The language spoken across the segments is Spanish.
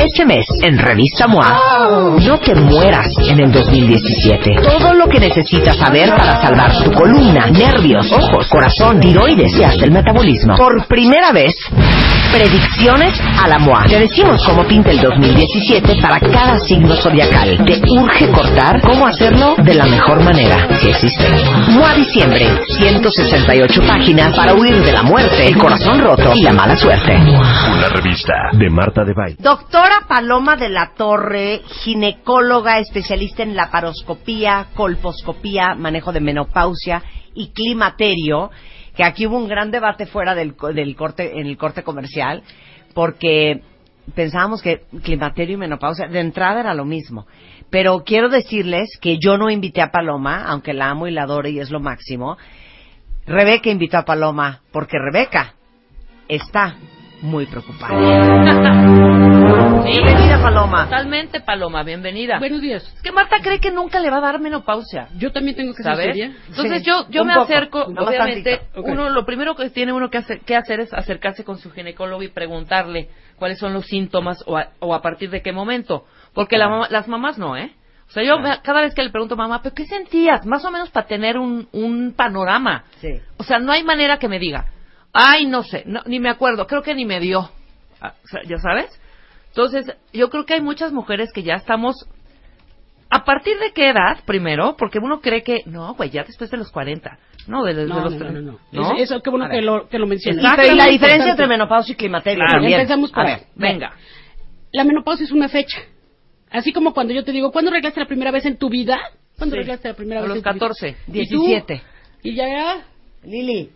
Este mes, en Revista MOA, no te mueras en el 2017. Todo lo que necesitas saber para salvar tu columna, nervios, ojos, corazón, tiroides y hasta el metabolismo. Por primera vez, predicciones a la MOA. Te decimos cómo pinta el 2017 para cada signo zodiacal. Te urge cortar cómo hacerlo de la mejor manera, si existe. MOA Diciembre, 168 páginas para huir de la muerte, el corazón roto y la mala suerte. Una revista de Marta de Baile. Doctora Paloma de la Torre, ginecóloga, especialista en laparoscopía, colposcopía, manejo de menopausia y climaterio, que aquí hubo un gran debate fuera del corte, en el corte comercial, porque pensábamos que climaterio y menopausia de entrada era lo mismo. Pero quiero decirles que yo no invité a Paloma, aunque la amo y la adoro y es lo máximo. Rebeca invitó a Paloma, porque Rebeca está muy preocupada. Sí, Bienvenida, Paloma. Totalmente, Paloma, bienvenida. Buenos días. Es que Marta cree que nunca le va a dar menopausia. Yo también tengo que ser ¿Sabes? seria. Entonces Sí, yo me un poco, acerco, nada más obviamente, tantito. Ok. lo primero que tiene uno que hacer es acercarse con su ginecólogo y preguntarle cuáles son los síntomas o a partir de qué momento. Porque las mamás no, ¿eh? O sea, yo cada vez que le pregunto, mamá, ¿pero qué sentías? Más o menos para tener un panorama. Sí. O sea, no hay manera que me diga, ay, no sé, ni me acuerdo, creo que ni me dio. O sea, ¿ya sabes? Entonces, yo creo que hay muchas mujeres que ya estamos... ¿A partir de qué edad, primero? Porque uno cree que... No, güey, ya después de los 40. No, de los... No. Eso, qué bueno que lo mencionas. Y la diferencia entre menopausia y climaterio Claro. también. Empezamos por A ahí. ver, Venga. La menopausia es una fecha. Así como cuando yo te digo, ¿cuándo arreglaste la primera vez en tu vida? ¿Cuándo Sí. arreglaste la primera A vez los en tu vida? 14. ¿Y tú? 17. Y ya... Lili.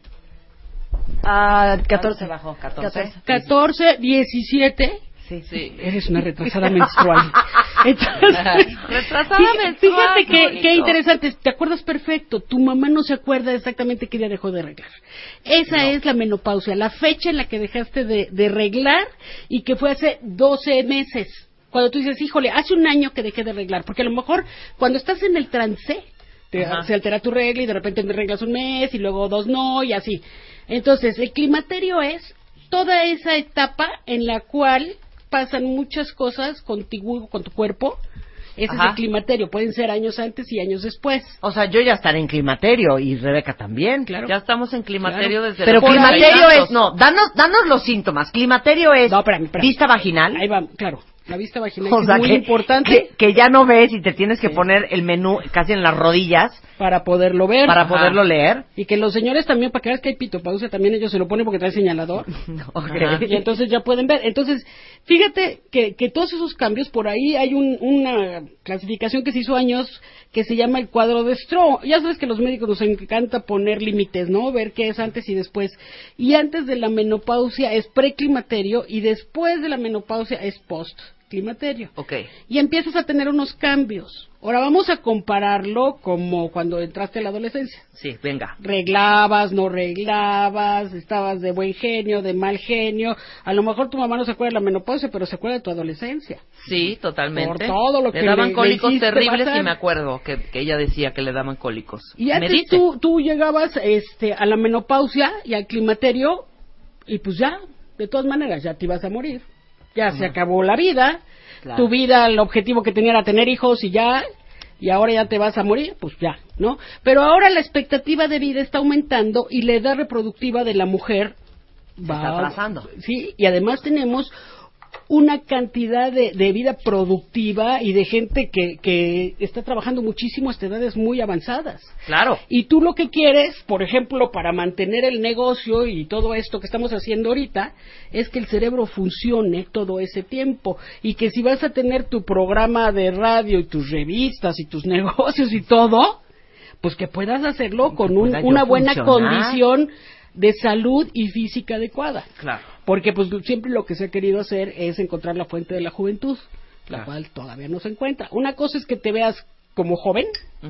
14. Bajó, 14. 14, 17... Sí. Sí. Eres una retrasada menstrual. Entonces, Retrasada menstrual, fíjate qué qué bonito. interesante. Te acuerdas perfecto. Tu mamá no se acuerda exactamente qué día dejó de reglar. Esa es la menopausia, la fecha en la que dejaste de reglar y que fue hace 12 meses. Cuando tú dices, híjole, hace un año que dejé de reglar. Porque a lo mejor cuando estás en el trance, se altera tu regla y de repente me reglas un mes y luego 2 no y así. Entonces, el climaterio es toda esa etapa en la cual pasan muchas cosas contigo, con tu cuerpo. Ese es el climaterio. Pueden ser años antes y años después. O sea, yo ya estaré en climaterio y Rebeca también. Claro. Ya estamos en climaterio desde Pero los climaterio 40 y es... tantos. No, danos los síntomas. Climaterio es No, espérame. vista vaginal. Ahí va, claro. La vista vaginal O sea, es muy importante que ya no ves y te tienes que poner el menú casi en las rodillas para poderlo ver. para poderlo leer. Y que los señores también, para que veas que hay pitopausia, también ellos se lo ponen porque trae señalador. Ok. Y entonces ya pueden ver. Entonces, fíjate que todos esos cambios, por ahí hay una clasificación que se hizo años que se llama el cuadro de Stroh. Ya sabes que a los médicos nos encanta poner límites, ¿no? Ver qué es antes y después. Y antes de la menopausia es preclimaterio y después de la menopausia es postclimaterio. Ok. Y empiezas a tener unos cambios. Ahora vamos a compararlo como cuando entraste a la adolescencia. Sí, venga. Reglabas, no reglabas, estabas de buen genio, de mal genio. A lo mejor tu mamá no se acuerda de la menopausia, pero se acuerda de tu adolescencia. Sí, totalmente. Por todo lo que le daban le cólicos hiciste terribles pasar. y me acuerdo que ella decía que le daban cólicos. Y Me antes dice. tú llegabas a la menopausia y al climaterio y pues ya, de todas maneras, ya te ibas a morir. Ya se acabó la vida. Claro. Tu vida, el objetivo que tenía era tener hijos y ya, y ahora ya te vas a morir, pues ya, ¿no? Pero ahora la expectativa de vida está aumentando y la edad reproductiva de la mujer está atrasando. Sí, y además tenemos una cantidad de vida productiva y de gente que está trabajando muchísimo hasta edades muy avanzadas. Claro. Y tú lo que quieres, por ejemplo, para mantener el negocio y todo esto que estamos haciendo ahorita, es que el cerebro funcione todo ese tiempo. Y que si vas a tener tu programa de radio y tus revistas y tus negocios y todo, pues que puedas hacerlo con una buena condición de salud y física adecuada. Claro. Porque pues siempre lo que se ha querido hacer es encontrar la fuente de la juventud, la cual todavía no se encuentra. Una cosa es que te veas como joven,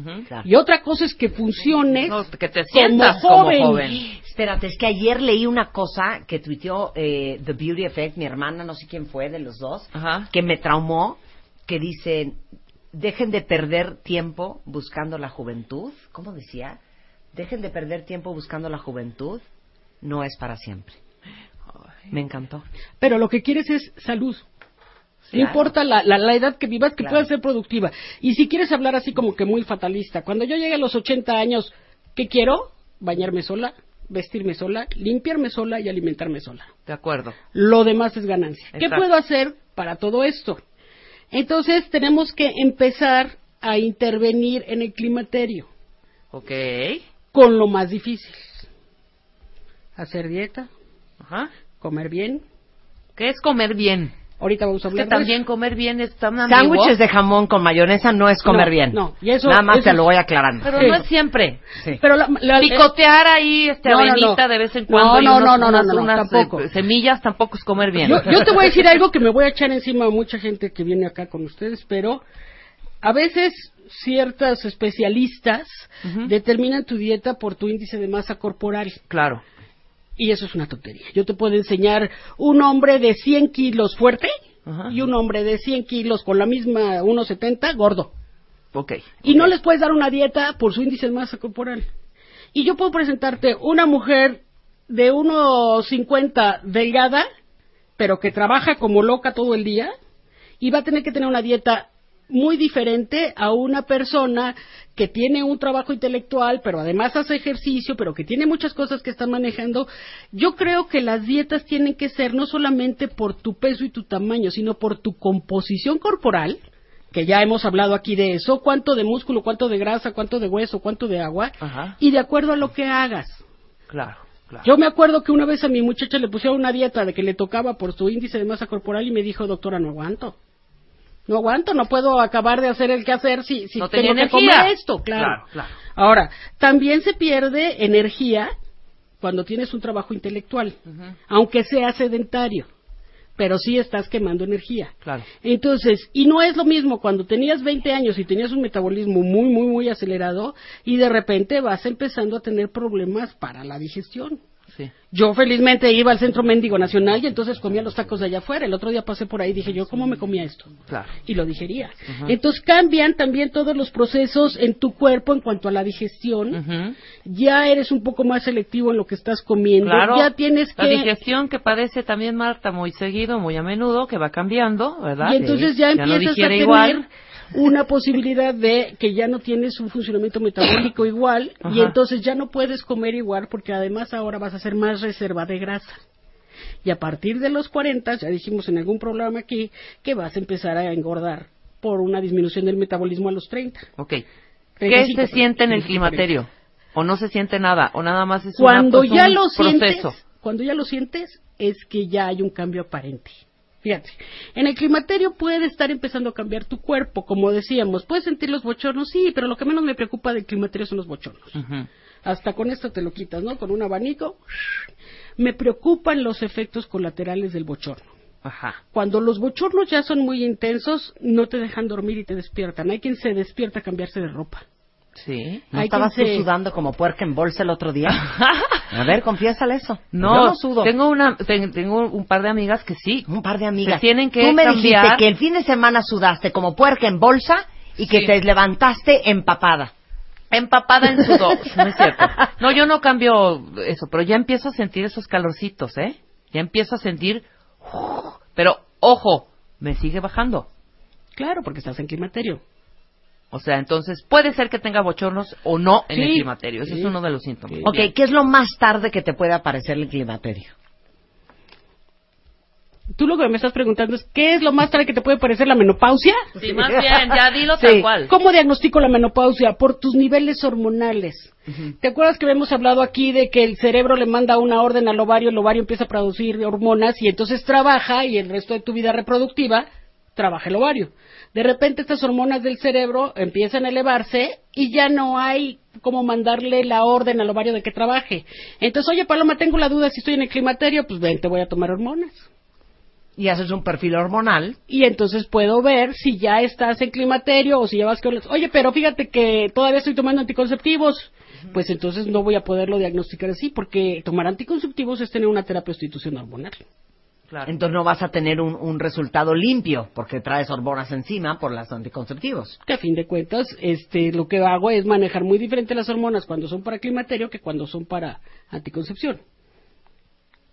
y otra cosa es que funciones que te sientas como joven. Espérate, es que ayer leí una cosa que tuiteó The Beauty Effect, mi hermana, no sé quién fue de los dos, que me traumó, que dice, dejen de perder tiempo buscando la juventud. ¿Cómo decía? Dejen de perder tiempo buscando la juventud, no es para siempre. Me encantó. Pero lo que quieres es salud. No importa la edad que vivas, que puedas ser productiva. Y si quieres hablar así como que muy fatalista, cuando yo llegue a los 80 años, ¿qué quiero? Bañarme sola, vestirme sola, limpiarme sola y alimentarme sola. De acuerdo. Lo demás es ganancia. Exacto. ¿Qué puedo hacer para todo esto? Entonces tenemos que empezar a intervenir en el climaterio. Ok. Con lo más difícil. Hacer dieta, Ajá. comer bien. ¿Qué es comer bien? Ahorita vamos a Es que hablar de también eso. comer bien es tan ambiguo. Sándwiches de jamón con mayonesa no es comer No, bien. no, y eso- Nada más eso- te lo voy aclarando. Pero Sí. no es siempre. Sí. Pero Picotear ahí avenita de vez en cuando y unas tampoco. Semillas tampoco es comer bien. Yo te voy a decir algo que me voy a echar encima a mucha gente que viene acá con ustedes, pero a veces ciertos especialistas determinan tu dieta por tu índice de masa corporal. Claro. Y eso es una tontería. Yo te puedo enseñar un hombre de 100 kilos fuerte Ajá. y un hombre de 100 kilos con la misma 1,70 gordo. Ok. Y no les puedes dar una dieta por su índice de masa corporal. Y yo puedo presentarte una mujer de 1,50 delgada, pero que trabaja como loca todo el día, y va a tener que tener una dieta muy diferente a una persona que tiene un trabajo intelectual, pero además hace ejercicio, pero que tiene muchas cosas que está manejando. Yo creo que las dietas tienen que ser no solamente por tu peso y tu tamaño, sino por tu composición corporal, que ya hemos hablado aquí de eso, cuánto de músculo, cuánto de grasa, cuánto de hueso, cuánto de agua, Ajá. y de acuerdo a lo que hagas. Claro, claro. Yo me acuerdo que una vez a mi muchacha le pusieron una dieta de que le tocaba por su índice de masa corporal y me dijo, doctora, no aguanto, no puedo acabar de hacer el quehacer si No tengo tenía que energía. comer esto, claro. Claro. Ahora, también se pierde energía cuando tienes un trabajo intelectual, aunque sea sedentario, pero sí estás quemando energía. Claro. Entonces, y no es lo mismo cuando tenías 20 años y tenías un metabolismo muy, muy, muy acelerado y de repente vas empezando a tener problemas para la digestión. Sí. Yo felizmente iba al Centro Méndigo Nacional y entonces comía los tacos de allá afuera. El otro día pasé por ahí y dije yo, ¿cómo me comía esto? Claro. Y lo digería. Entonces cambian también todos los procesos en tu cuerpo en cuanto a la digestión. Ujú. Ya eres un poco más selectivo en lo que estás comiendo. Claro. Ya tienes La que... digestión que padece también Marta muy seguido, muy a menudo, que va cambiando, ¿verdad? Y entonces ya no empiezas a digiere tener igual. una posibilidad de que ya no tienes un funcionamiento metabólico igual y Ajá. entonces ya no puedes comer igual porque además ahora vas a hacer más reserva de grasa. Y a partir de los 40, ya dijimos en algún programa aquí, que vas a empezar a engordar por una disminución del metabolismo a los 30. Ok. ¿Qué 35, se siente en el 35, climaterio? ¿O no se siente nada? ¿O nada más es Cuando es ya un lo proceso? cuando ya lo sientes, es que ya hay un cambio aparente. Fíjate, en el climaterio puede estar empezando a cambiar tu cuerpo, como decíamos, puedes sentir los bochornos, sí, pero lo que menos me preocupa del climaterio son los bochornos. Ujú. Hasta con esto te lo quitas, ¿no? Con un abanico. Me preocupan los efectos colaterales del bochorno. Ajá. Cuando los bochornos ya son muy intensos, no te dejan dormir y te despiertan. Hay quien se despierta a cambiarse de ropa. Sí. ¿No Hay estabas tú quien se- sudando como puerca en bolsa el otro día? A ver, confiésale eso. No, Yo no sudo. tengo un par de amigas que sí. Un par de amigas. Se tienen que Tú me dijiste cambiar. que el fin de semana sudaste como puerca en bolsa y que Sí. te levantaste empapada. Empapada en sudor. No es cierto. No, yo no cambio eso, pero ya empiezo a sentir esos calorcitos, ¿eh? Ya empiezo a sentir... Pero, ojo, me sigue bajando. Claro, porque estás en climaterio. O sea, entonces, puede ser que tenga bochornos o no en el Sí. climaterio. Ese Sí. es uno de los síntomas. Ok, ¿qué es lo más tarde que te puede aparecer el climaterio? Tú lo que me estás preguntando es, ¿qué es lo más tarde que te puede parecer la menopausia? Sí, más bien, ya dilo Sí. tal cual. ¿Cómo diagnostico la menopausia? Por tus niveles hormonales. ¿Te acuerdas que habíamos hablado aquí de que el cerebro le manda una orden al ovario, el ovario empieza a producir hormonas y entonces trabaja y el resto de tu vida reproductiva trabaja el ovario? De repente estas hormonas del cerebro empiezan a elevarse y ya no hay cómo mandarle la orden al ovario de que trabaje. Entonces, oye Paloma, tengo la duda si estoy en el climaterio, pues ven, te voy a tomar hormonas. Y haces un perfil hormonal. Y entonces puedo ver si ya estás en climaterio o si ya vas que... Oye, pero fíjate que todavía estoy tomando anticonceptivos. Pues entonces no voy a poderlo diagnosticar así, porque tomar anticonceptivos es tener una terapia de sustitución hormonal. Claro. Entonces no vas a tener un resultado limpio porque traes hormonas encima por los anticonceptivos. Que a fin de cuentas, lo que hago es manejar muy diferente las hormonas cuando son para climaterio que cuando son para anticoncepción.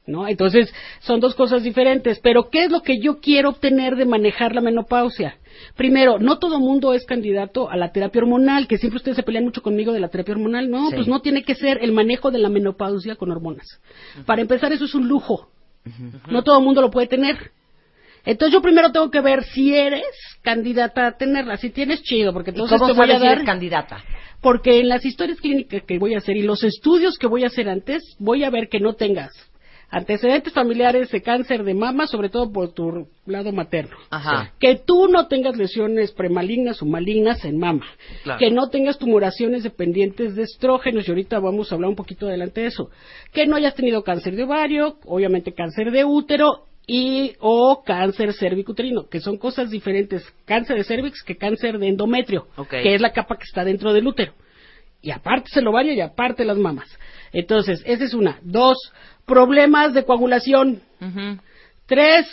¿no? Entonces, son dos cosas diferentes. Pero, ¿qué es lo que yo quiero obtener de manejar la menopausia? Primero, no todo mundo es candidato a la terapia hormonal, que siempre ustedes se pelean mucho conmigo de la terapia hormonal. No, Sí. pues no tiene que ser el manejo de la menopausia con hormonas. Para empezar, eso es un lujo. No todo mundo lo puede tener. Entonces, yo primero tengo que ver si eres candidata a tenerla. Si tienes, chido, porque ¿Y entonces cómo te voy sabes a si dar... eres candidata? Porque en las historias clínicas que voy a hacer y los estudios que voy a hacer antes, voy a ver que no tengas antecedentes familiares de cáncer de mama, sobre todo por tu lado materno. Ajá. Que tú no tengas lesiones premalignas o malignas en mama. Claro. Que no tengas tumoraciones dependientes de estrógenos, y ahorita vamos a hablar un poquito adelante de eso. Que no hayas tenido cáncer de ovario, obviamente cáncer de útero o cáncer cervicuterino, que son cosas diferentes, cáncer de cervix que cáncer de endometrio, Ok. que es la capa que está dentro del útero. Y aparte es el ovario y aparte las mamas. Entonces, esa es una. 2, problemas de coagulación. Ujú. 3,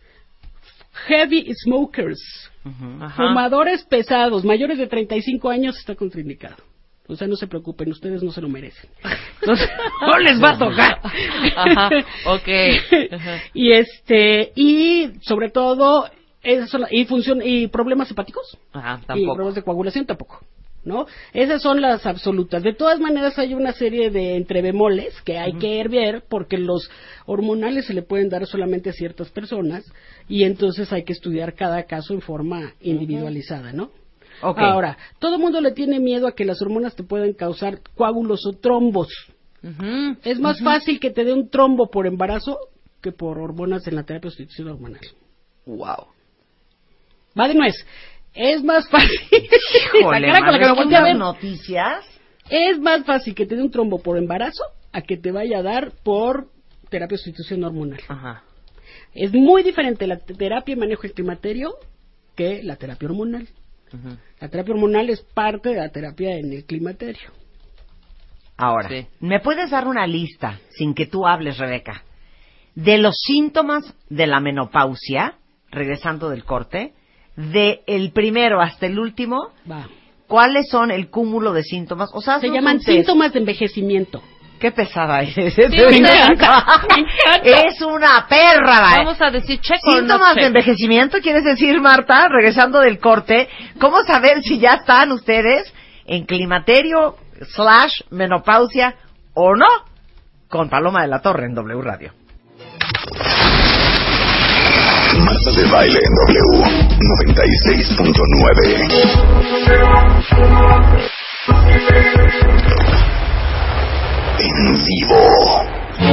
heavy smokers. Ajá. Fumadores pesados, mayores de 35 años, está contraindicado. O sea, no se preocupen, ustedes no se lo merecen. Entonces, no les va a tocar. Ajá, ok. Ajá. Y sobre todo, y problemas hepáticos. Ajá, Y tampoco. problemas de coagulación tampoco, ¿no? Esas son las absolutas. De todas maneras, hay una serie de entrebemoles que hay que ver, porque los hormonales se le pueden dar solamente a ciertas personas, y entonces hay que estudiar cada caso en forma individualizada, ¿no? Ok. Ahora, todo el mundo le tiene miedo a que las hormonas te puedan causar coágulos o trombos. Ujú. Es más fácil que te dé un trombo por embarazo que por hormonas en la terapia de sustitución hormonal. Wow. Va de nuez. Es más fácil. Híjole, La cara con la que me Manuel, volteé a ver. ¿unas noticias? Es más fácil que te dé un trombo por embarazo a que te vaya a dar por terapia de sustitución hormonal. Ajá. Es muy diferente la terapia y manejo del climaterio que la terapia hormonal. Ujú. La terapia hormonal es parte de la terapia en el climaterio. Ahora, Sí. ¿me puedes dar una lista, sin que tú hables, Rebeca, de los síntomas de la menopausia, regresando del corte, de el primero hasta el último? Va. ¿Cuáles son el cúmulo de síntomas? O sea, Se haznos llaman un test. síntomas de envejecimiento. Qué pesada eres. me encanta. Es una perra. Vamos a decir check o no Síntomas de check. envejecimiento, ¿quieres decir, Marta? Regresando del corte, ¿cómo saber si ya están ustedes en climaterio / menopausia o no? Con Paloma de la Torre en W Radio. Marta de Baile en W 96.9. En vivo.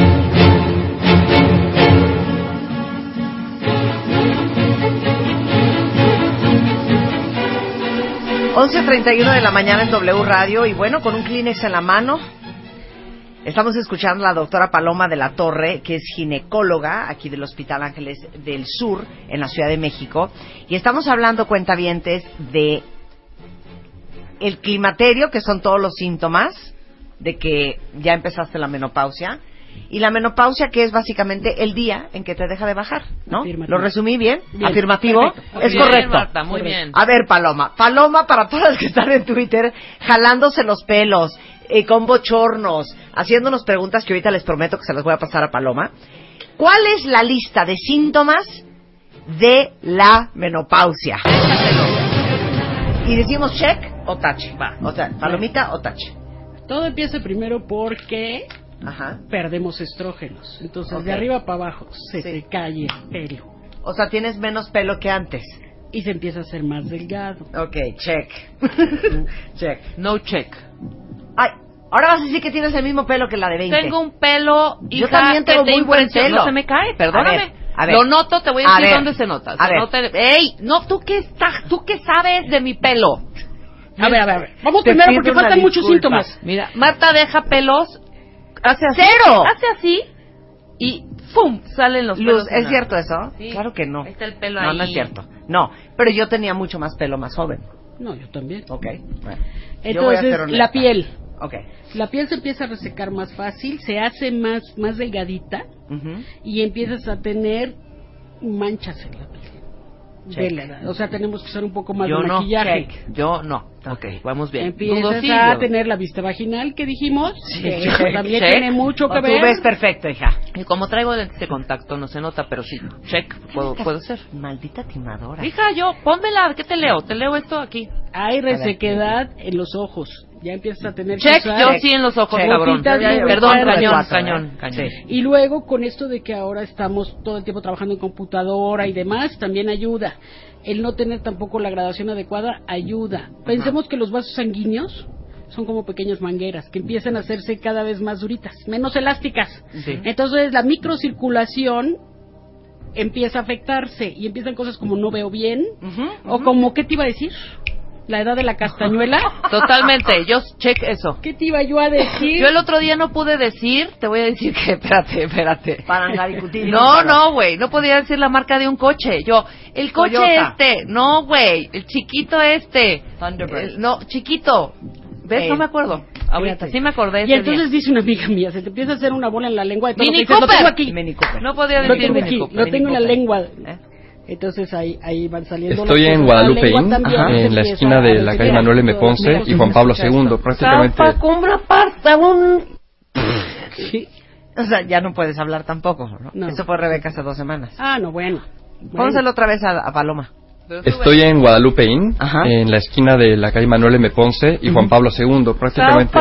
...11:31 de la mañana en W Radio... ...y bueno, con un Kleenex en la mano... ...estamos escuchando a la doctora Paloma de la Torre... ...que es ginecóloga aquí del Hospital Ángeles del Sur... ...en la Ciudad de México... ...y estamos hablando, cuentavientes, de... ...el climaterio, que son todos los síntomas... ...de que ya empezaste la menopausia... ...y la menopausia, que es básicamente el día en que te deja de bajar, ¿no? Afirmativo. ¿Lo resumí bien? Bien, ¿Afirmativo? perfecto. Es Bien, correcto. Marta, muy Correcto. bien. A ver, Paloma. Paloma, para todas las que están en Twitter, jalándose los pelos, con bochornos, haciéndonos preguntas que ahorita les prometo que se las voy a pasar a Paloma. ¿Cuál es la lista de síntomas de la menopausia? Y decimos check o touch. Va. O sea, palomita o touch. Todo empieza primero porque Ajá. perdemos estrógenos. Entonces, Ok. de arriba para abajo se Sí. te cae el pelo O sea, tienes menos pelo que antes. y se empieza a hacer más delgado. Ok, check. Check. No check. Ay, ahora vas a decir que tienes el mismo pelo que la de 20. Tengo un pelo, hija, Yo también tengo que te muy buen impresiona. pelo. No se me cae, perdóname. A ver. Lo noto, te voy a A decir ver. dónde se nota. A Se ver. nota ¡Ey! No, ¿tú qué sabes de mi pelo? A ver. Vamos Te primero pido porque una faltan muchos disculpa. síntomas. Mira, Marta deja pelos, hace así. ¡Cero! Hace así y ¡pum! Salen los pelos. Luz, en ¿es la- cierto eso? Sí. Claro que no. Ahí está el pelo No, ahí. no es cierto. No, pero yo tenía mucho más pelo más joven. No, yo también. Ok, bueno. Yo voy a ser Entonces, honesta. la piel. Ok. La piel se empieza a resecar más fácil, se hace más delgadita Ujú. y empiezas a tener manchas en la piel. de la edad. O sea, tenemos que usar un poco más Yo de no, maquillaje. Yo no. Ok, vamos bien. Empiezas Dudosillo. a tener la vista vaginal que dijimos, que eso también check. tiene mucho que Tú ver. ves perfecto, hija. Y como traigo lentes de contacto, no se nota, pero sí, check, puedo ser. Maldita timadora. Hija, yo, pónmela, ¿qué te leo? Te leo esto aquí. Hay resequedad en los ojos. Ya empiezas a tener Check, que usar. yo sí en los ojos, Check. cabrón. Gotitas de Perdón, lubricantes. cañón. Sí. Y luego con esto de que ahora estamos todo el tiempo trabajando en computadora y demás, también ayuda. El no tener tampoco la gradación adecuada ayuda. Pensemos que los vasos sanguíneos son como pequeñas mangueras que empiezan a hacerse cada vez más duritas, menos elásticas. Sí. Entonces la microcirculación empieza a afectarse y empiezan cosas como no veo bien o como, ¿qué te iba a decir? La edad de la castañuela. Totalmente, yo check eso. ¿Qué te iba yo a decir? Yo el otro día no pude decir, te voy a decir que, espérate. Parangaricutir. No, güey, no podía decir la marca de un coche. Yo, el coche Toyota. no, güey, el chiquito Thunderbird. no, chiquito. ¿Ves? No me acuerdo. Ahorita, Fíjate. sí me acordé Y ese entonces día. dice una amiga mía, se te empieza a hacer una bola en la lengua de todo lo que Mini dices, lo Cooper. tengo aquí. Mini Cooper. No podía Lo decir tengo Mini aquí, Cooper. lo tengo en la Mini lengua. ¿Eh? Entonces ahí van saliendo Estoy las en cosas. Guadalupe La lengua Inn, también en se la empieza esquina a de la calle desviar. Manuel M. Ponce y Juan Pablo II, prácticamente. Sí. O sea, ya no puedes hablar tampoco, ¿no? No. Eso fue Rebeca hace 2 semanas. Ah, no, bueno. Vamos a hacerlo otra vez a Paloma. Estoy en Guadalupe Inn, Ajá. en la esquina de la calle Manuel M. Ponce y Juan Pablo II, prácticamente.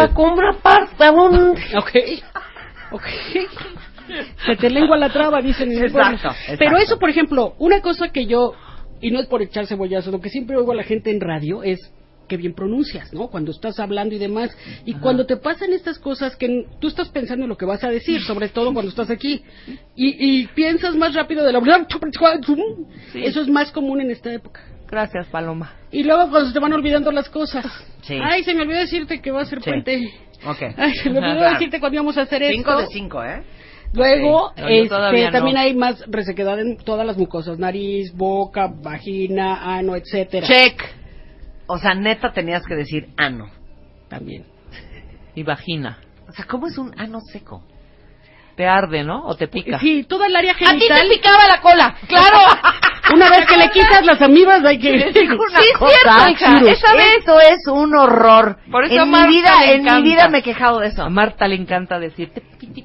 Ok. Se te lengua la traba, dicen en el pueblo. Exacto. Pero eso, por ejemplo, una cosa que yo, y no es por echar cebollazos, lo que siempre oigo a la gente en radio es que bien pronuncias, ¿no? Cuando estás hablando y demás. Y cuando te pasan estas cosas que tú estás pensando en lo que vas a decir, sobre todo cuando estás aquí, y piensas más rápido de la verdad. Sí. Eso es más común en esta época. Gracias, Paloma. Y luego cuando se te van olvidando las cosas. Sí. Ay, se me olvidó decirte que va a ser Sí. puente. Ok. Ay, se me olvidó Ajá. decirte cuando íbamos a hacer 5 esto. de 5, ¿eh? Luego, Ok. No, yo todavía no. también hay más resequedad en todas las mucosas, nariz, boca, vagina, ano, etcétera. Check. O sea, neta tenías que decir ano. También. Y vagina. O sea, ¿cómo es un ano seco? Te arde, ¿no? O te pica. Sí, toda el área ¡A ti genital. te picaba la cola! ¡Claro! Una vez que le quitas las amibas hay que... Sí, cierto, hija. Esa vez. Esto es un horror. Por eso a en Marta mi vida, le en mi encanta. vida me he quejado de eso. A Marta le encanta decirte.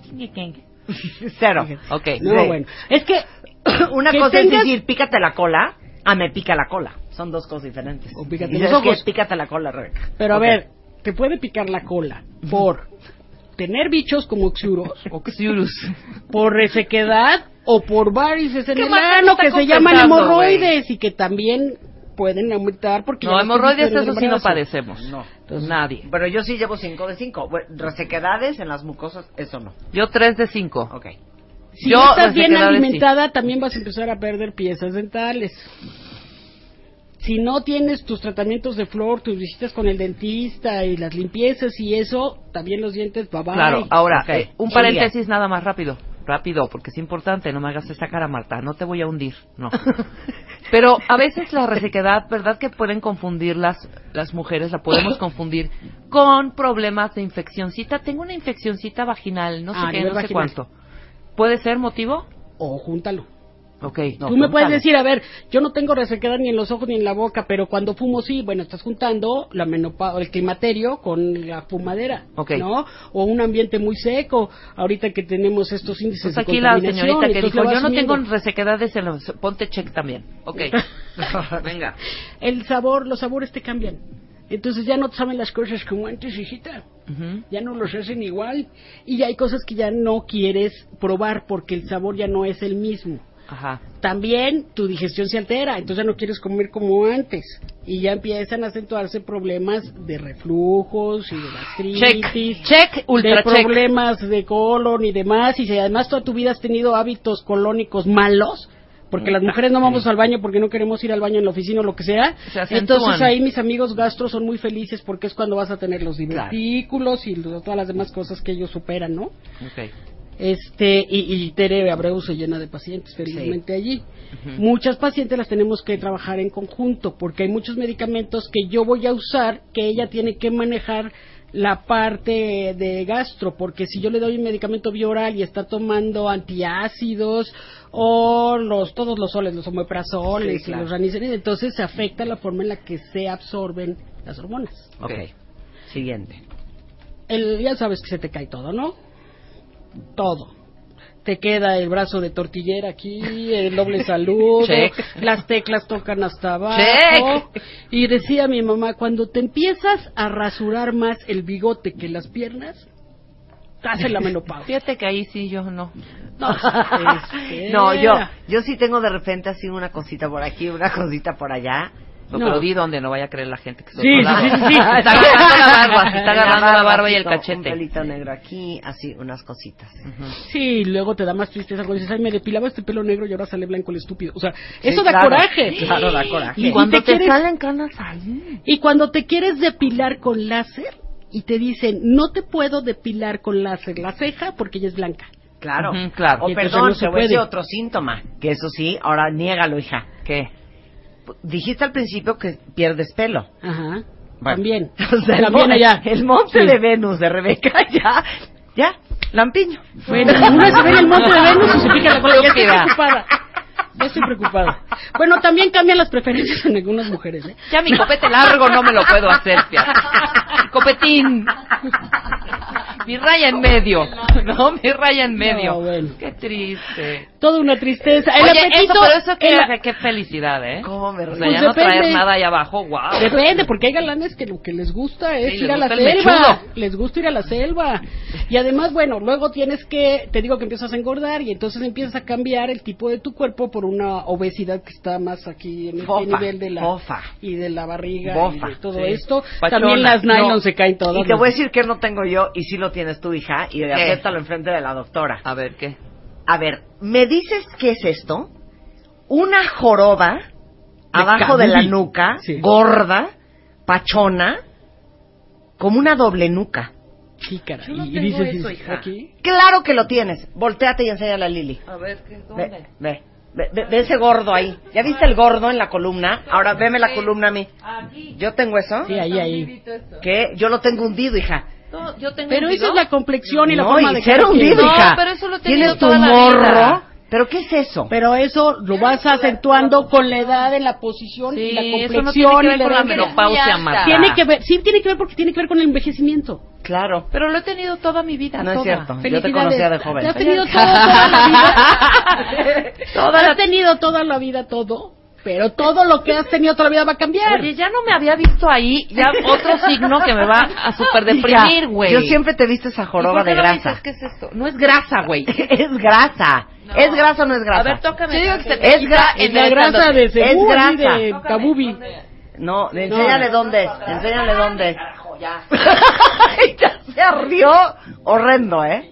Cero. Ok. No, Sí. bueno. Es que... Una que cosa tengas- es decir, pícate la cola, me pica la cola. Son dos cosas diferentes. O pícate ¿Y los sabes qué? ojos. Pícate la cola, Rebeca. Pero Ok. a ver, te puede picar la cola por tener bichos como oxuros, Oxurus. por resequedad o por varices en ¿Qué el Marta ano está que se llaman confesando, hemorroides y que también pueden aumentar porque... No, ya ves que hemorroides, dicen en el eso sí no embarazo. padecemos. No. Entonces, nadie. Pero yo sí llevo 5 de 5. Resequedades en las mucosas, eso no. Yo 3 de 5. Ok. Si Yo, no estás bien resequedades, sí. alimentada, también vas a empezar a perder piezas dentales. Si no tienes tus tratamientos de flor, tus visitas con el dentista y las limpiezas y eso, también los dientes, bye bye. Claro, ahora, Ok. un Julia. paréntesis nada más rápido, porque es importante, no me hagas esa cara, Marta, no te voy a hundir, no. Pero a veces la resequedad, ¿verdad que pueden confundir las mujeres, la podemos confundir con problemas de infeccioncita? Tengo una infeccioncita vaginal, no sé Ah, qué, nivel no sé vaginal. cuánto. ¿Puede ser motivo? O júntalo. Ok. No, Tú me puedes júntalo. decir, a ver, yo no tengo resequedad ni en los ojos ni en la boca, pero cuando fumo sí, bueno, estás juntando la el climaterio con la fumadera, Ok. ¿no? O un ambiente muy seco, ahorita que tenemos estos índices Pues de aquí la contaminación. señorita que entonces dijo, le vas yo no subiendo. tengo resequedades en los... Ponte check también. Ok. Venga. El sabor, los sabores te cambian. Entonces ya no te saben las cosas como antes, hijita. Ujú. Ya no los hacen igual. Y hay cosas que ya no quieres probar porque el sabor ya no es el mismo. Ajá. También tu digestión se altera, entonces ya no quieres comer como antes. Y ya empiezan a acentuarse problemas de reflujos y de gastritis. Check, ultra de check. problemas de colon y demás. Y si además toda tu vida has tenido hábitos colónicos malos, porque las mujeres no vamos al baño porque no queremos ir al baño en la oficina o lo que sea. Se acentúan. Entonces ahí mis amigos gastros son muy felices porque es cuando vas a tener los divertículos y todas las demás cosas que ellos superan, ¿no? Ok. Y Tere Abreu se llena de pacientes felizmente allí. Muchas pacientes las tenemos que trabajar en conjunto porque hay muchos medicamentos que yo voy a usar que ella tiene que manejar la parte de gastro, porque si yo le doy un medicamento bioral y está tomando antiácidos o todos los soles, los omeprazoles, sí, claro, y los ranitidina, entonces se afecta la forma en la que se absorben las hormonas. Ok, siguiente. Ya sabes que se te cae todo, ¿no? Todo. Te queda el brazo de tortillera aquí, el doble saludo, las teclas tocan hasta abajo. Check. Y decía mi mamá, cuando te empiezas a rasurar más el bigote que las piernas, estás en la menopausia. Fíjate que ahí sí yo no. No, yo sí tengo de repente así una cosita por aquí, una cosita por allá. No, pero di dónde, no vaya a creer la gente que sí. Está agarrando la barba y el cachete. Un pelito negro aquí, así, unas cositas. Sí, luego te da más tristeza cuando dices, ay, me depilaba este pelo negro y ahora sale blanco el estúpido. O sea, eso da coraje. Claro, da coraje. Y cuando te salen canas ahí. Y cuando te quieres depilar con láser y te dicen, no te puedo depilar con láser la ceja porque ella es blanca. Claro, claro. O perdón, te voy a decir otro síntoma, que eso sí, ahora niégalo, hija. ¿Qué? Dijiste al principio que pierdes pelo. Ajá. Bueno, también. O sea, también allá. El monte de Venus de Rebeca, ya, lampiño. Bueno, uno se ve en el monte de Venus y se pica la cola. Ya estoy preocupada. Ya estoy preocupada. Bueno, también cambian las preferencias en algunas mujeres, ¿eh? Ya mi copete largo no me lo puedo hacer, fíjate. Mi copetín. Mi raya en medio. No, mi raya en medio. No, bueno. Qué triste. Toda una tristeza. Oye, qué felicidad, ¿eh? ¿Cómo me río? O sea, ya no traer nada ahí abajo, wow. Depende, porque hay galanes que lo que les gusta es ir a la selva. Les gusta ir a la selva. Y además, bueno, luego te digo que empiezas a engordar y entonces empiezas a cambiar el tipo de tu cuerpo por una obesidad que está más aquí en este nivel de la y de la barriga y de todo esto. Pachona. También las nylon se caen todas. Y te voy a decir que no tengo yo y sí lo tienes tú, hija, y acéptalo enfrente de la doctora. A ver, ¿qué? A ver, ¿me dices qué es esto? Una joroba abajo de la nuca, gorda, pachona, como una doble nuca. Sí, cara. Yo no tengo dices, eso, hija. ¿Aquí? Claro que lo tienes. Voltéate y enséñale a Lili. A ver, ¿dónde? Ve ese gordo ahí. ¿Ya viste el gordo en la columna? Ahora veme la columna a mí. Aquí. ¿Yo tengo eso? Sí, ahí. ¿Qué? Yo lo tengo hundido, hija. No, yo tengo pero hundido. esa es la complexión y la forma de ser hundido, hija. No, pero eso lo he tenido Tienes tu toda la morro. vida. ¿Pero qué es eso? Pero eso lo vas acentuando con la edad, en la posición y la complexión. Eso no tiene que ver con la menopausia, Marta. Tiene que ver porque tiene que ver con el envejecimiento. Claro. Pero lo he tenido toda mi vida. No es cierto. Yo te conocía de joven. ¿Te has tenido toda la vida? ¿Has tenido toda la vida todo? Pero todo lo que has tenido toda la vida va a cambiar. Oye, ya no me había visto ahí, ya otro signo que me va a super deprimir, güey. Yo siempre te he visto esa joroba de grasa. ¿Qué es esto? No es grasa, güey. Es grasa. No. ¿Es grasa o no es grasa? A ver, tócame. Es la grasa de cebú, es grasa. De kabubi. No, enséñale dónde es. Enséñale dónde es. Ya. Ya se rió horrendo, ¿eh?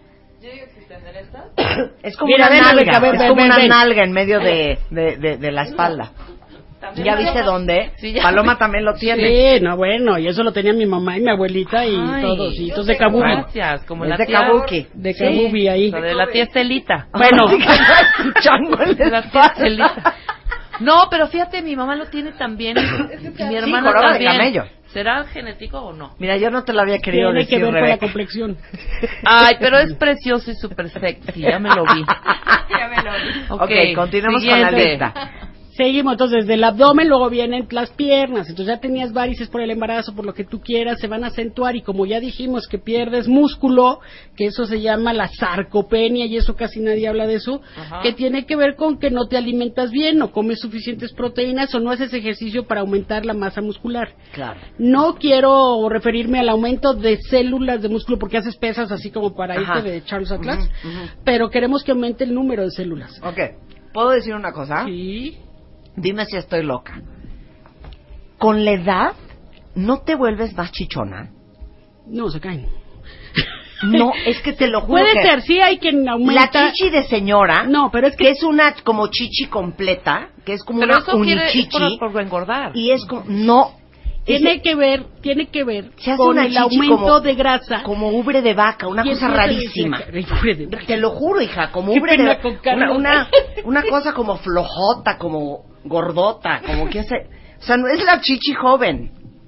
Es como una nalga, es como una nalga en medio de la espalda. ¿Ya viste dónde? Sí, ya Paloma también lo tiene. Sí, no, bueno, y eso lo tenía mi mamá y mi abuelita y todos, y entonces de kabubi. Gracias, como es la de tía kabuki. De kabubi ahí. Lo de la tía Estelita. Bueno, chango en la tía Estelita. No, pero fíjate, mi mamá lo tiene también y mi hermana también. De camello. ¿Será genético o no? Mira, yo no te lo había querido decir, Tiene que ver Rebeca. con la complexión. Ay, pero es precioso y súper sexy, ya me lo vi. Ok, continuemos con la lista. Seguimos, entonces, del abdomen luego vienen las piernas, entonces ya tenías varices por el embarazo, por lo que tú quieras, se van a acentuar y como ya dijimos que pierdes músculo, que eso se llama la sarcopenia y eso casi nadie habla de eso, que tiene que ver con que no te alimentas bien, no comes suficientes proteínas o no haces ejercicio para aumentar la masa muscular. Claro. No quiero referirme al aumento de células de músculo porque haces pesas así como para irte de Charles Atlas, pero queremos que aumente el número de células. Ok, ¿puedo decir una cosa? Sí. Dime si estoy loca. ¿Con la edad no te vuelves más chichona? No, se caen. No, es que te lo juro. Puede ser, sí hay quien aumenta. La chichi de señora. No, pero es que es una como chichi completa, que es como una unichichi. Por engordar. Y es como no. Tiene que ver se hace con una el aumento como, de grasa. Como ubre de vaca, una cosa rarísima. Te lo juro, hija, como ubre de vaca. Una cosa como flojota, como gordota, como que hace. O sea, no es la chichi joven.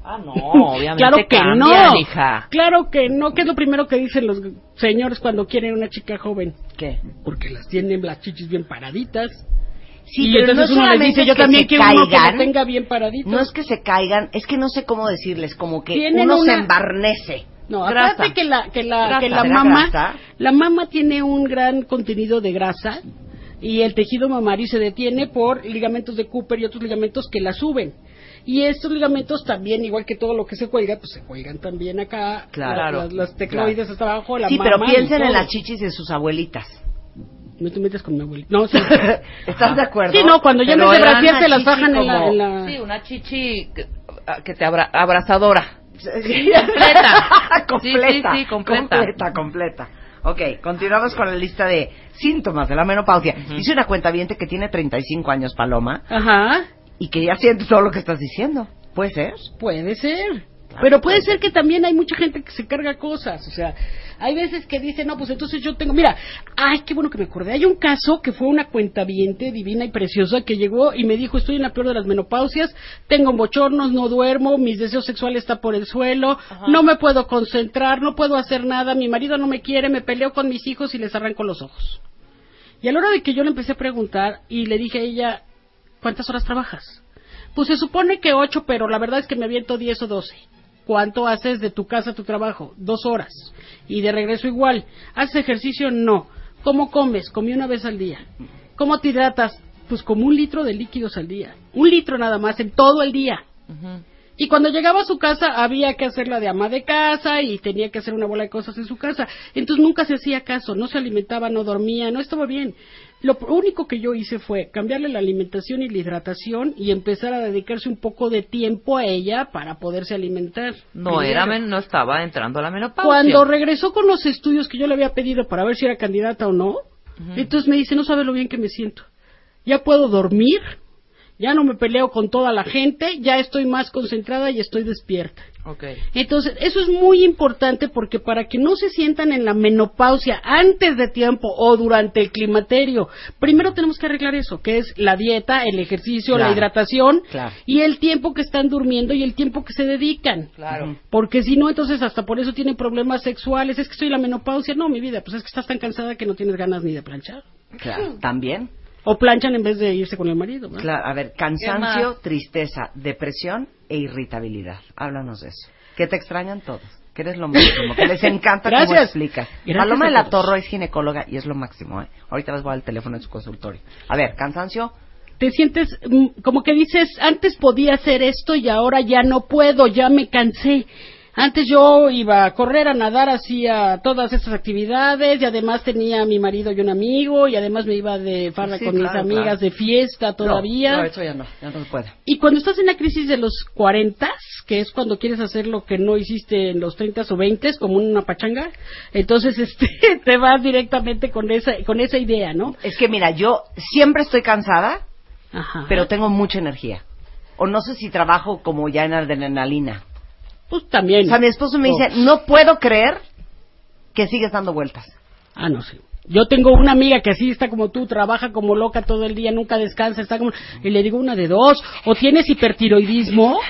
Ah, no, obviamente Claro que cambian, no, hija. claro que no. ¿Qué es lo primero que dicen los señores cuando quieren una chica joven? ¿Qué? Porque las tienen las chichis bien paraditas. Sí, y pero entonces no uno les solamente dice, es yo que también se quiero uno que caigan, lo tenga bien paradito. No es que se caigan, es que no sé cómo decirles, como que Tienen uno se una- embarnece. No, Grasa. aparte que la ¿Será mama, grasa? la mama tiene un gran contenido de grasa y el tejido mamario se detiene por ligamentos de Cooper y otros ligamentos que la suben. Y estos ligamentos también, igual que todo lo que se cuelga, pues se cuelgan también acá, Claro. las tecloides hasta abajo, la Sí, mama. pero piensen y en todo. las chichis de sus abuelitas. No te metas con mi abuelita. No, sí. ¿Estás de acuerdo? Sí, no, cuando ya Pero me de era brasier una se las chichi bajan como- en la... Sí, una chichi que te abrazadora. Sí. Completa. completa. Sí, completa. Completa. Ok, continuamos con la lista de síntomas de la menopausia. Dice una cuentaviente que tiene 35 años, Paloma, Ajá. y que ya siente todo lo que estás diciendo. ¿Puede ser? Puede ser. Claro, Pero puede puede ser que también hay mucha gente que se carga cosas. O sea, hay veces que dice, no, pues entonces yo tengo... Mira, ay, qué bueno que me acordé. Hay un caso que fue una cuentaviente divina y preciosa que llegó y me dijo, estoy en la peor de las menopausias, tengo bochornos, no duermo, mis deseos sexuales están por el suelo, no me puedo concentrar, no puedo hacer nada, mi marido no me quiere, me peleo con mis hijos y les arranco los ojos. Y a la hora de que yo le empecé a preguntar y le dije a ella, ¿cuántas horas trabajas? Pues se supone que 8, pero la verdad es que me aviento 10 o 12. ¿Cuánto haces de tu casa a tu trabajo? 2 horas. Y de regreso igual. ¿Haces ejercicio? No. ¿Cómo comes? Comí una vez al día. ¿Cómo te hidratas? Pues como 1 litro de líquidos al día. 1 litro nada más en todo el día. Y cuando llegaba a su casa había que hacerla de ama de casa y tenía que hacer una bola de cosas en su casa. Entonces nunca se hacía caso, no se alimentaba, no dormía, no estaba bien. Lo único que yo hice fue cambiarle la alimentación y la hidratación y empezar a dedicarse un poco de tiempo a ella para poderse alimentar. No no estaba entrando a la menopausia. Cuando regresó con los estudios que yo le había pedido para ver si era candidata o no, entonces me dice, no sabe lo bien que me siento. Ya puedo dormir, ya no me peleo con toda la gente, ya estoy más concentrada y estoy despierta. Okay. Entonces, eso es muy importante porque para que no se sientan en la menopausia antes de tiempo o durante el climaterio, primero tenemos que arreglar eso, que es la dieta, el ejercicio, Claro. la hidratación Claro. y el tiempo que están durmiendo y el tiempo que se dedican. Claro. Porque si no, entonces hasta por eso tienen problemas sexuales. Es que estoy en la menopausia. No, mi vida, pues es que estás tan cansada que no tienes ganas ni de planchar. Claro, también. O planchan en vez de irse con el marido, ¿verdad? Claro, a ver, ¿Qué cansancio, más? tristeza, depresión e irritabilidad. Háblanos de eso. Que te extrañan todos. Que eres lo máximo. Que les encanta cómo Gracias. explicas. Gracias Paloma a de la todos. Torre es ginecóloga y es lo máximo, ¿eh? Ahorita les voy al teléfono de su consultorio. A ver, cansancio. Te sientes como que dices, antes podía hacer esto y ahora ya no puedo, ya me cansé. Antes yo iba a correr, a nadar, hacía todas estas actividades y además tenía a mi marido y un amigo y además me iba de farra Sí, con mis claro, amigas claro. de fiesta todavía. No, eso ya no se puede. Y cuando estás en la crisis de los 40, que es cuando quieres hacer lo que no hiciste en los 30 o 20, como una pachanga, entonces te vas directamente con esa idea, ¿no? Es que mira, yo siempre estoy cansada, Ajá. pero tengo mucha energía. O no sé si trabajo como ya en adrenalina. Pues también. O sea, mi esposo me dice, no puedo creer que sigues dando vueltas. Ah, no sé. Yo tengo una amiga que así está como tú, trabaja como loca todo el día, nunca descansa, está como... Y le digo una de dos, o tienes hipertiroidismo,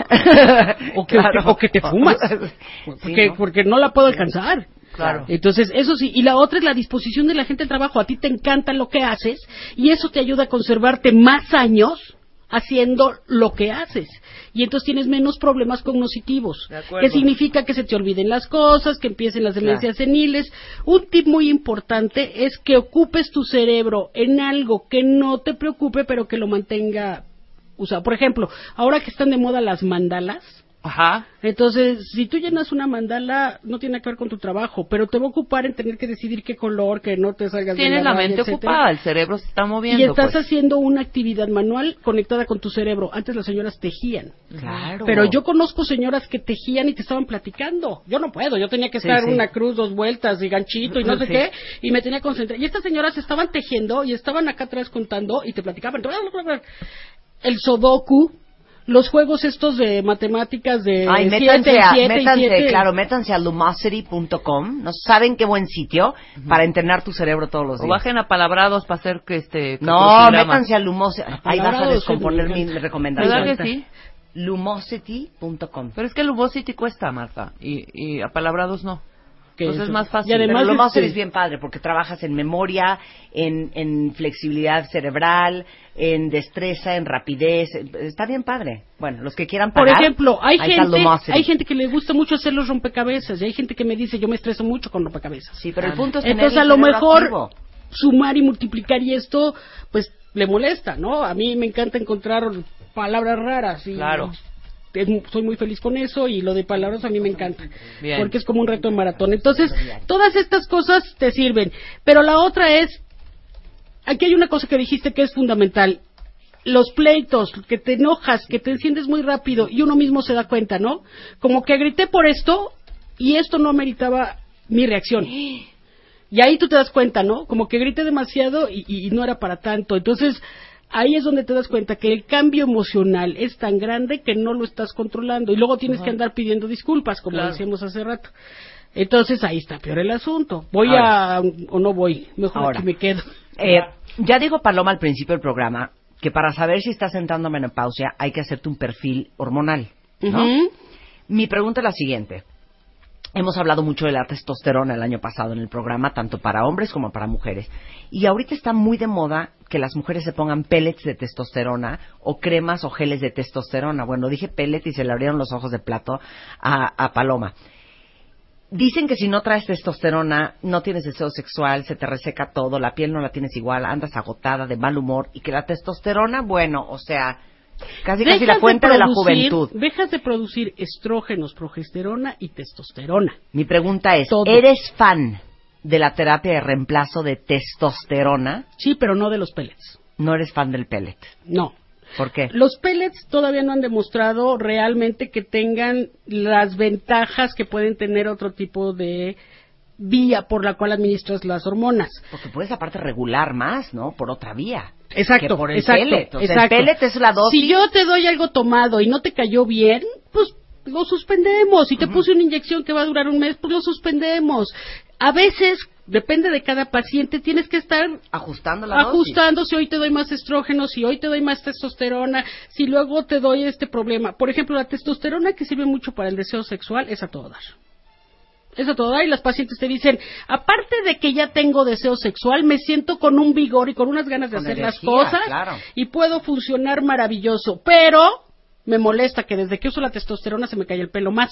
o que te fumas, Sí, ¿no? porque no la puedo alcanzar. Claro. Entonces, eso sí. Y la otra es la disposición de la gente al trabajo. A ti te encanta lo que haces y eso te ayuda a conservarte más años haciendo lo que haces. Y entonces tienes menos problemas cognitivos. De acuerdo. Que significa que se te olviden las cosas, que empiecen las demencias seniles. Un tip muy importante es que ocupes tu cerebro en algo que no te preocupe, pero que lo mantenga usado. Por ejemplo, ahora que están de moda las mandalas, Ajá. entonces, si tú llenas una mandala, no tiene que ver con tu trabajo, pero te va a ocupar en tener que decidir qué color, que no te salgas de Tienes la raya, mente etcétera. ocupada, el cerebro se está moviendo. Y estás pues. haciendo una actividad manual conectada con tu cerebro. Antes las señoras tejían. Claro. Pero yo conozco señoras que tejían y te estaban platicando. Yo no puedo, yo tenía que Sí, estar sí. una cruz, 2 vueltas y ganchito y no sé Sí. qué, y me tenía que concentrar. Y estas señoras estaban tejiendo y estaban acá atrás contando y te platicaban. El sudoku, los juegos estos de matemáticas de Ay, 7 métanse, y 7 y 7. claro, métanse a lumosity.com. No saben qué buen sitio para entrenar tu cerebro todos los O días. bajen a palabrados para hacer que No, crucigramas. métanse a Lumosity. Ahí vas a Palabrados, descomponer sí, me mi encanta. recomendación. ¿Verdad que sí? Lumosity.com. Pero es que Lumosity cuesta, Marta, y apalabrados no. Entonces es más fácil. Y además pero Lumosity es bien padre porque trabajas en memoria, en flexibilidad cerebral, en destreza, en rapidez. Está bien padre. Bueno, los que quieran pagar. Por ejemplo, hay ahí está Lumosity. gente que le gusta mucho hacer los rompecabezas y hay gente que me dice, yo me estreso mucho con rompecabezas. Sí, pero el punto es tener Entonces, a el lo cerebro mejor activo. sumar y multiplicar y esto, pues, le molesta, ¿no? A mí me encanta encontrar palabras raras y Claro. soy muy feliz con eso y lo de palabras a mí me encanta. Bien. Porque es como un reto de maratón. Entonces, todas estas cosas te sirven. Pero la otra es, aquí hay una cosa que dijiste que es fundamental. Los pleitos, que te enojas, que te enciendes muy rápido y uno mismo se da cuenta, ¿no? Como que grité por esto y esto no meritaba mi reacción. Y ahí tú te das cuenta, ¿no? Como que grité demasiado y no era para tanto. Entonces, ahí es donde te das cuenta que el cambio emocional es tan grande que no lo estás controlando. Y luego tienes que andar pidiendo disculpas, como decíamos hace rato. Entonces, ahí está peor el asunto. ¿Voy o no voy? Mejor aquí me quedo. Ya dijo Paloma al principio del programa que para saber si estás entrando a menopausia hay que hacerte un perfil hormonal, ¿no? Ujú. Mi pregunta es la siguiente. Hemos hablado mucho de la testosterona el año pasado en el programa, tanto para hombres como para mujeres. Y ahorita está muy de moda que las mujeres se pongan pellets de testosterona o cremas o geles de testosterona. Bueno, dije pellets y se le abrieron los ojos de plato a Paloma. Dicen que si no traes testosterona, no tienes deseo sexual, se te reseca todo, la piel no la tienes igual, andas agotada, de mal humor. Y que la testosterona, bueno, o sea, casi la fuente de la juventud. Dejas de producir estrógenos, progesterona y testosterona. Mi pregunta es, Todo. ¿eres fan de la terapia de reemplazo de testosterona? Sí, pero no de los pellets. No eres fan del pellet. No. ¿Por qué? Los pellets todavía no han demostrado realmente que tengan las ventajas que pueden tener otro tipo de vía por la cual administras las hormonas. Porque puedes aparte regular más, ¿no? Por otra vía. Exacto, Que por el exacto, pellet. O sea, exacto. el pellet es la dosis. Si yo te doy algo tomado y no te cayó bien, pues lo suspendemos. Si te puse una inyección que va a durar un mes, pues lo suspendemos. A veces, depende de cada paciente, tienes que estar Ajustando la dosis. ajustando si hoy te doy más estrógeno, si hoy te doy más testosterona, si luego te doy este problema. Por ejemplo, la testosterona que sirve mucho para el deseo sexual es a todo dar. Es a todo dar y las pacientes te dicen, aparte de que ya tengo deseo sexual, me siento con un vigor y con unas ganas de Con hacer energía, las cosas claro. y puedo funcionar maravilloso, pero me molesta que desde que uso la testosterona se me cae el pelo más.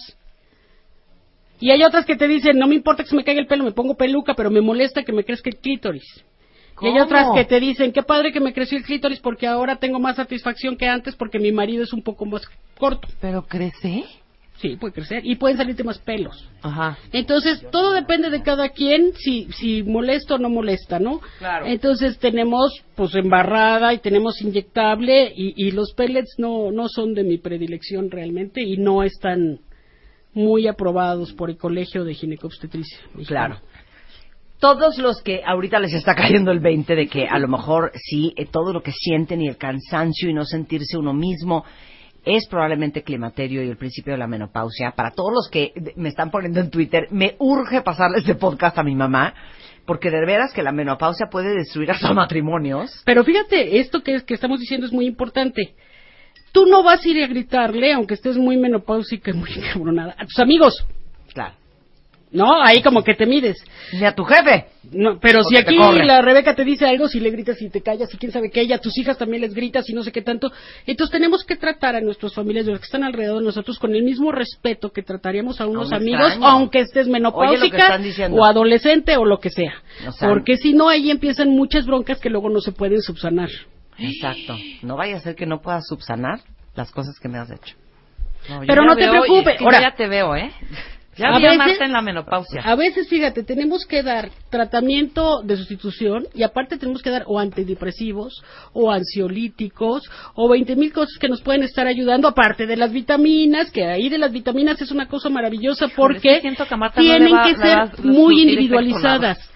Y hay otras que te dicen, no me importa que se me caiga el pelo, me pongo peluca, pero me molesta que me crezca el clítoris. Y hay ¿Cómo? otras que te dicen, qué padre que me creció el clítoris porque ahora tengo más satisfacción que antes porque mi marido es un poco más corto. ¿Pero crece? Sí, puede crecer y pueden salirte más pelos. Ajá. Entonces, todo depende de cada quien, si molesta o no molesta, ¿no? Claro. Entonces, tenemos, pues, embarrada y tenemos inyectable y los pellets no son de mi predilección realmente y no están muy aprobados por el Colegio de Ginecobstetricia. Claro. Todos los que ahorita les está cayendo el 20 de que a lo mejor sí, todo lo que sienten y el cansancio y no sentirse uno mismo es probablemente climaterio y el principio de la menopausia. Para todos los que me están poniendo en Twitter, me urge pasarle este podcast a mi mamá, porque de veras que la menopausia puede destruir hasta matrimonios. Pero fíjate, esto que estamos diciendo es muy importante. Tú no vas a ir a gritarle, aunque estés muy menopáusica y muy cabronada, a tus amigos. Claro. No, ahí como que te mides. Ni a tu jefe. No, pero si Porque te aquí corre. la Rebeca te dice algo, si le gritas y te callas y quién sabe qué, y a tus hijas también les gritas y no sé qué tanto. Entonces tenemos que tratar a nuestras familias, de los que están alrededor de nosotros, con el mismo respeto que trataríamos a unos un amigos, extraño. aunque estés Oye, lo que menopáusica están diciendo. o adolescente o lo que sea. O sea, Porque si no, ahí empiezan muchas broncas que luego no se pueden subsanar. Exacto. No vaya a ser que no puedas subsanar las cosas que me has hecho. No, yo Pero ya no te veo, preocupes. es que Ahora, yo ya te veo, ¿eh? Ya a vi a veces- Marta en la menopausia. A veces, fíjate, tenemos que dar tratamiento de sustitución y aparte tenemos que dar o antidepresivos o ansiolíticos o 20,000 cosas que nos pueden estar ayudando, aparte de las vitaminas, que ahí de las vitaminas es una cosa maravillosa porque es que siento que a Marta no tienen le va- que le ser va a muy surtir individualizadas.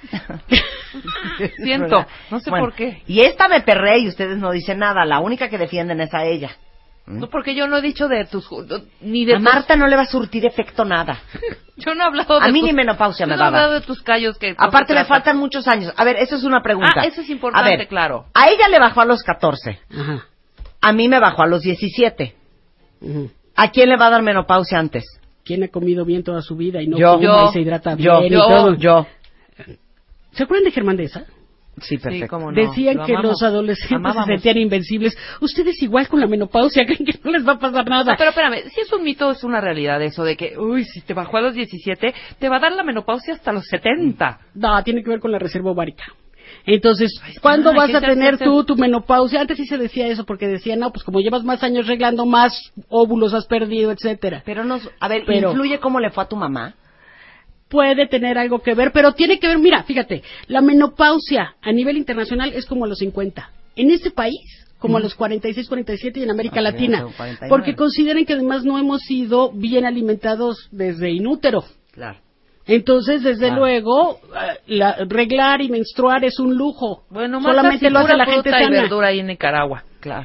Siento, no sé Bueno, por qué. Y esta me perré y ustedes no dicen nada. La única que defienden es a ella. No, porque yo no he dicho de tus... Ni de A Marta no le va a surtir efecto nada. Yo no he hablado de A mí tus- ni menopausia me yo no he va a dar. hablado de tus callos que... Aparte no le se trata. faltan muchos años. A ver, eso es una pregunta. Ah, eso es importante, A ver, claro. A ella le bajó a los 14. Ajá. A mí me bajó a los 17. Ujú. ¿A quién le va a dar menopausia antes? ¿Quién ha comido bien toda su vida y no Yo. fuma y se hidrata bien y Yo. todo? ¿Se acuerdan de Germán Deza? Sí, perfecto. Sí, cómo no. Decían Lo que amamos. los adolescentes Amábamos. se sentían invencibles. Ustedes igual con la menopausia, creen que no les va a pasar nada. No, pero espérame, si es un mito, es una realidad eso de que, si te bajó a los 17, te va a dar la menopausia hasta los 70. No, tiene que ver con la reserva ovárica. Entonces, Ahí está, ¿cuándo vas ¿qué a te tener hace? tú tu menopausia? Antes sí se decía eso, porque decían, no, pues como llevas más años reglando, más óvulos has perdido, etcétera. Pero a ver, Pero- ¿influye cómo le fue a tu mamá? Puede tener algo que ver, pero tiene que ver, mira, fíjate, la menopausia a nivel internacional es como a los 50. En este país, como a los 46, 47 y en América Ah, Latina. tengo 49. Porque consideren que además no hemos sido bien alimentados desde inútero. Claro. Entonces, desde Claro. luego, reglar y menstruar es un lujo. Bueno, más solamente casi lo hace pura la gente fruta y sana. verdura ahí en Nicaragua. Claro.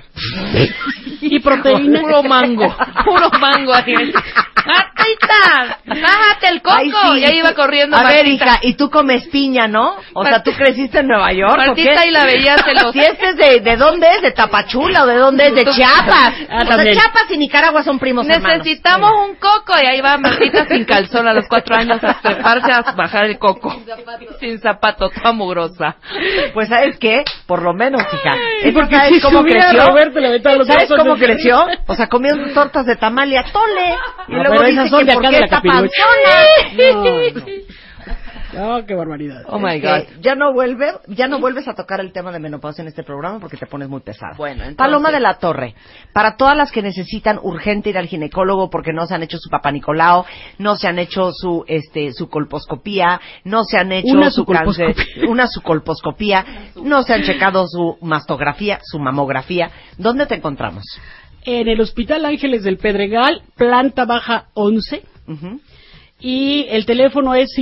Y proteína. Puro mango ahí. ¡Martita! ¡Bájate el coco! Ay, sí. Y ahí iba corriendo A ver, Martita. hija, y tú comes piña, ¿no? O sea, tú creciste en Nueva York, ¿o Martita qué? y la veías en los... Si este es ¿de dónde es? ¿De Tapachula o de dónde es? De Chiapas. Ah, O sea, también. Chiapas y Nicaragua son primos hermanos. Necesitamos un coco. Y ahí va Martita sin calzón a los 4 años a treparse a bajar el coco. Sin zapato, toda mugrosa. Pues, ¿sabes qué? Por lo menos, hija. Sí, ¿Esa porque ¿sabes si cómo subiera creció? Roberto, le aventaba los ¿Sabes brazos cómo de- creció? O sea, comiendo tortas de tamal y atole. Y No, luego pero dice esas son que de por acá qué de la está Capirucha. panzona. No, qué barbaridad. Oh my Que God. ya no vuelves a tocar el tema de menopausia en este programa porque te pones muy pesada. Bueno, entonces- Paloma de la Torre, para todas las que necesitan urgente ir al ginecólogo porque no se han hecho su papá Nicolau, no se han hecho su colposcopía, no se han hecho Una su sucolposcopía. cáncer, una sucolposcopía, no se han checado su mastografía, su mamografía, ¿dónde te encontramos? En el Hospital Ángeles del Pedregal, planta baja 11. Ujú. Y el teléfono es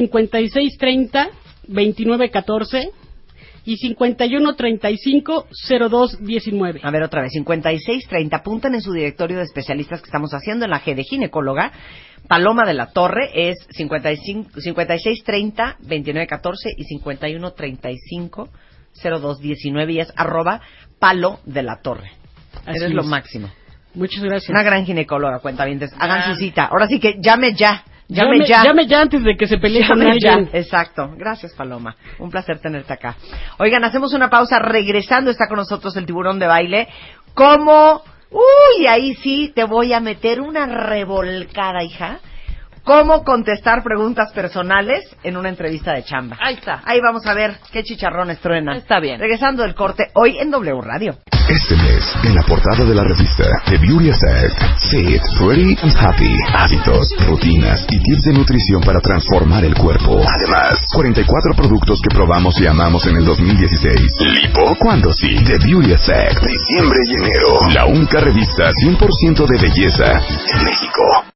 5630-2914 y 5135-0219. A ver, otra vez, 5630, apuntan en su directorio de especialistas que estamos haciendo en la G de ginecóloga. Paloma de la Torre es 5630-2914 y 5135-0219 y es @ Palo de la Torre. Así Eres lo es. máximo. Muchas gracias. Una gran ginecóloga, cuentavientes. Hagan su cita. Ahora sí que llame ya. Llame Llame ya antes de que se pelee con Llame ya. alguien. Exacto. Gracias, Paloma. Un placer tenerte acá. Oigan, hacemos una pausa. Regresando está con nosotros el tiburón de baile. ¿Cómo? Uy, ahí sí te voy a meter una revolcada, hija. ¿Cómo contestar preguntas personales en una entrevista de chamba? Ahí está. Ahí vamos a ver qué chicharrones truena. Está bien. Regresando del corte, hoy en W Radio. Este mes, en la portada de la revista The Beauty Effect, Fit, Pretty and Happy, hábitos, rutinas y tips de nutrición para transformar el cuerpo. Además, 44 productos que probamos y amamos en el 2016. Lipo, ¿cuándo sí? The Beauty Effect, diciembre y enero. La única revista 100% de belleza en México.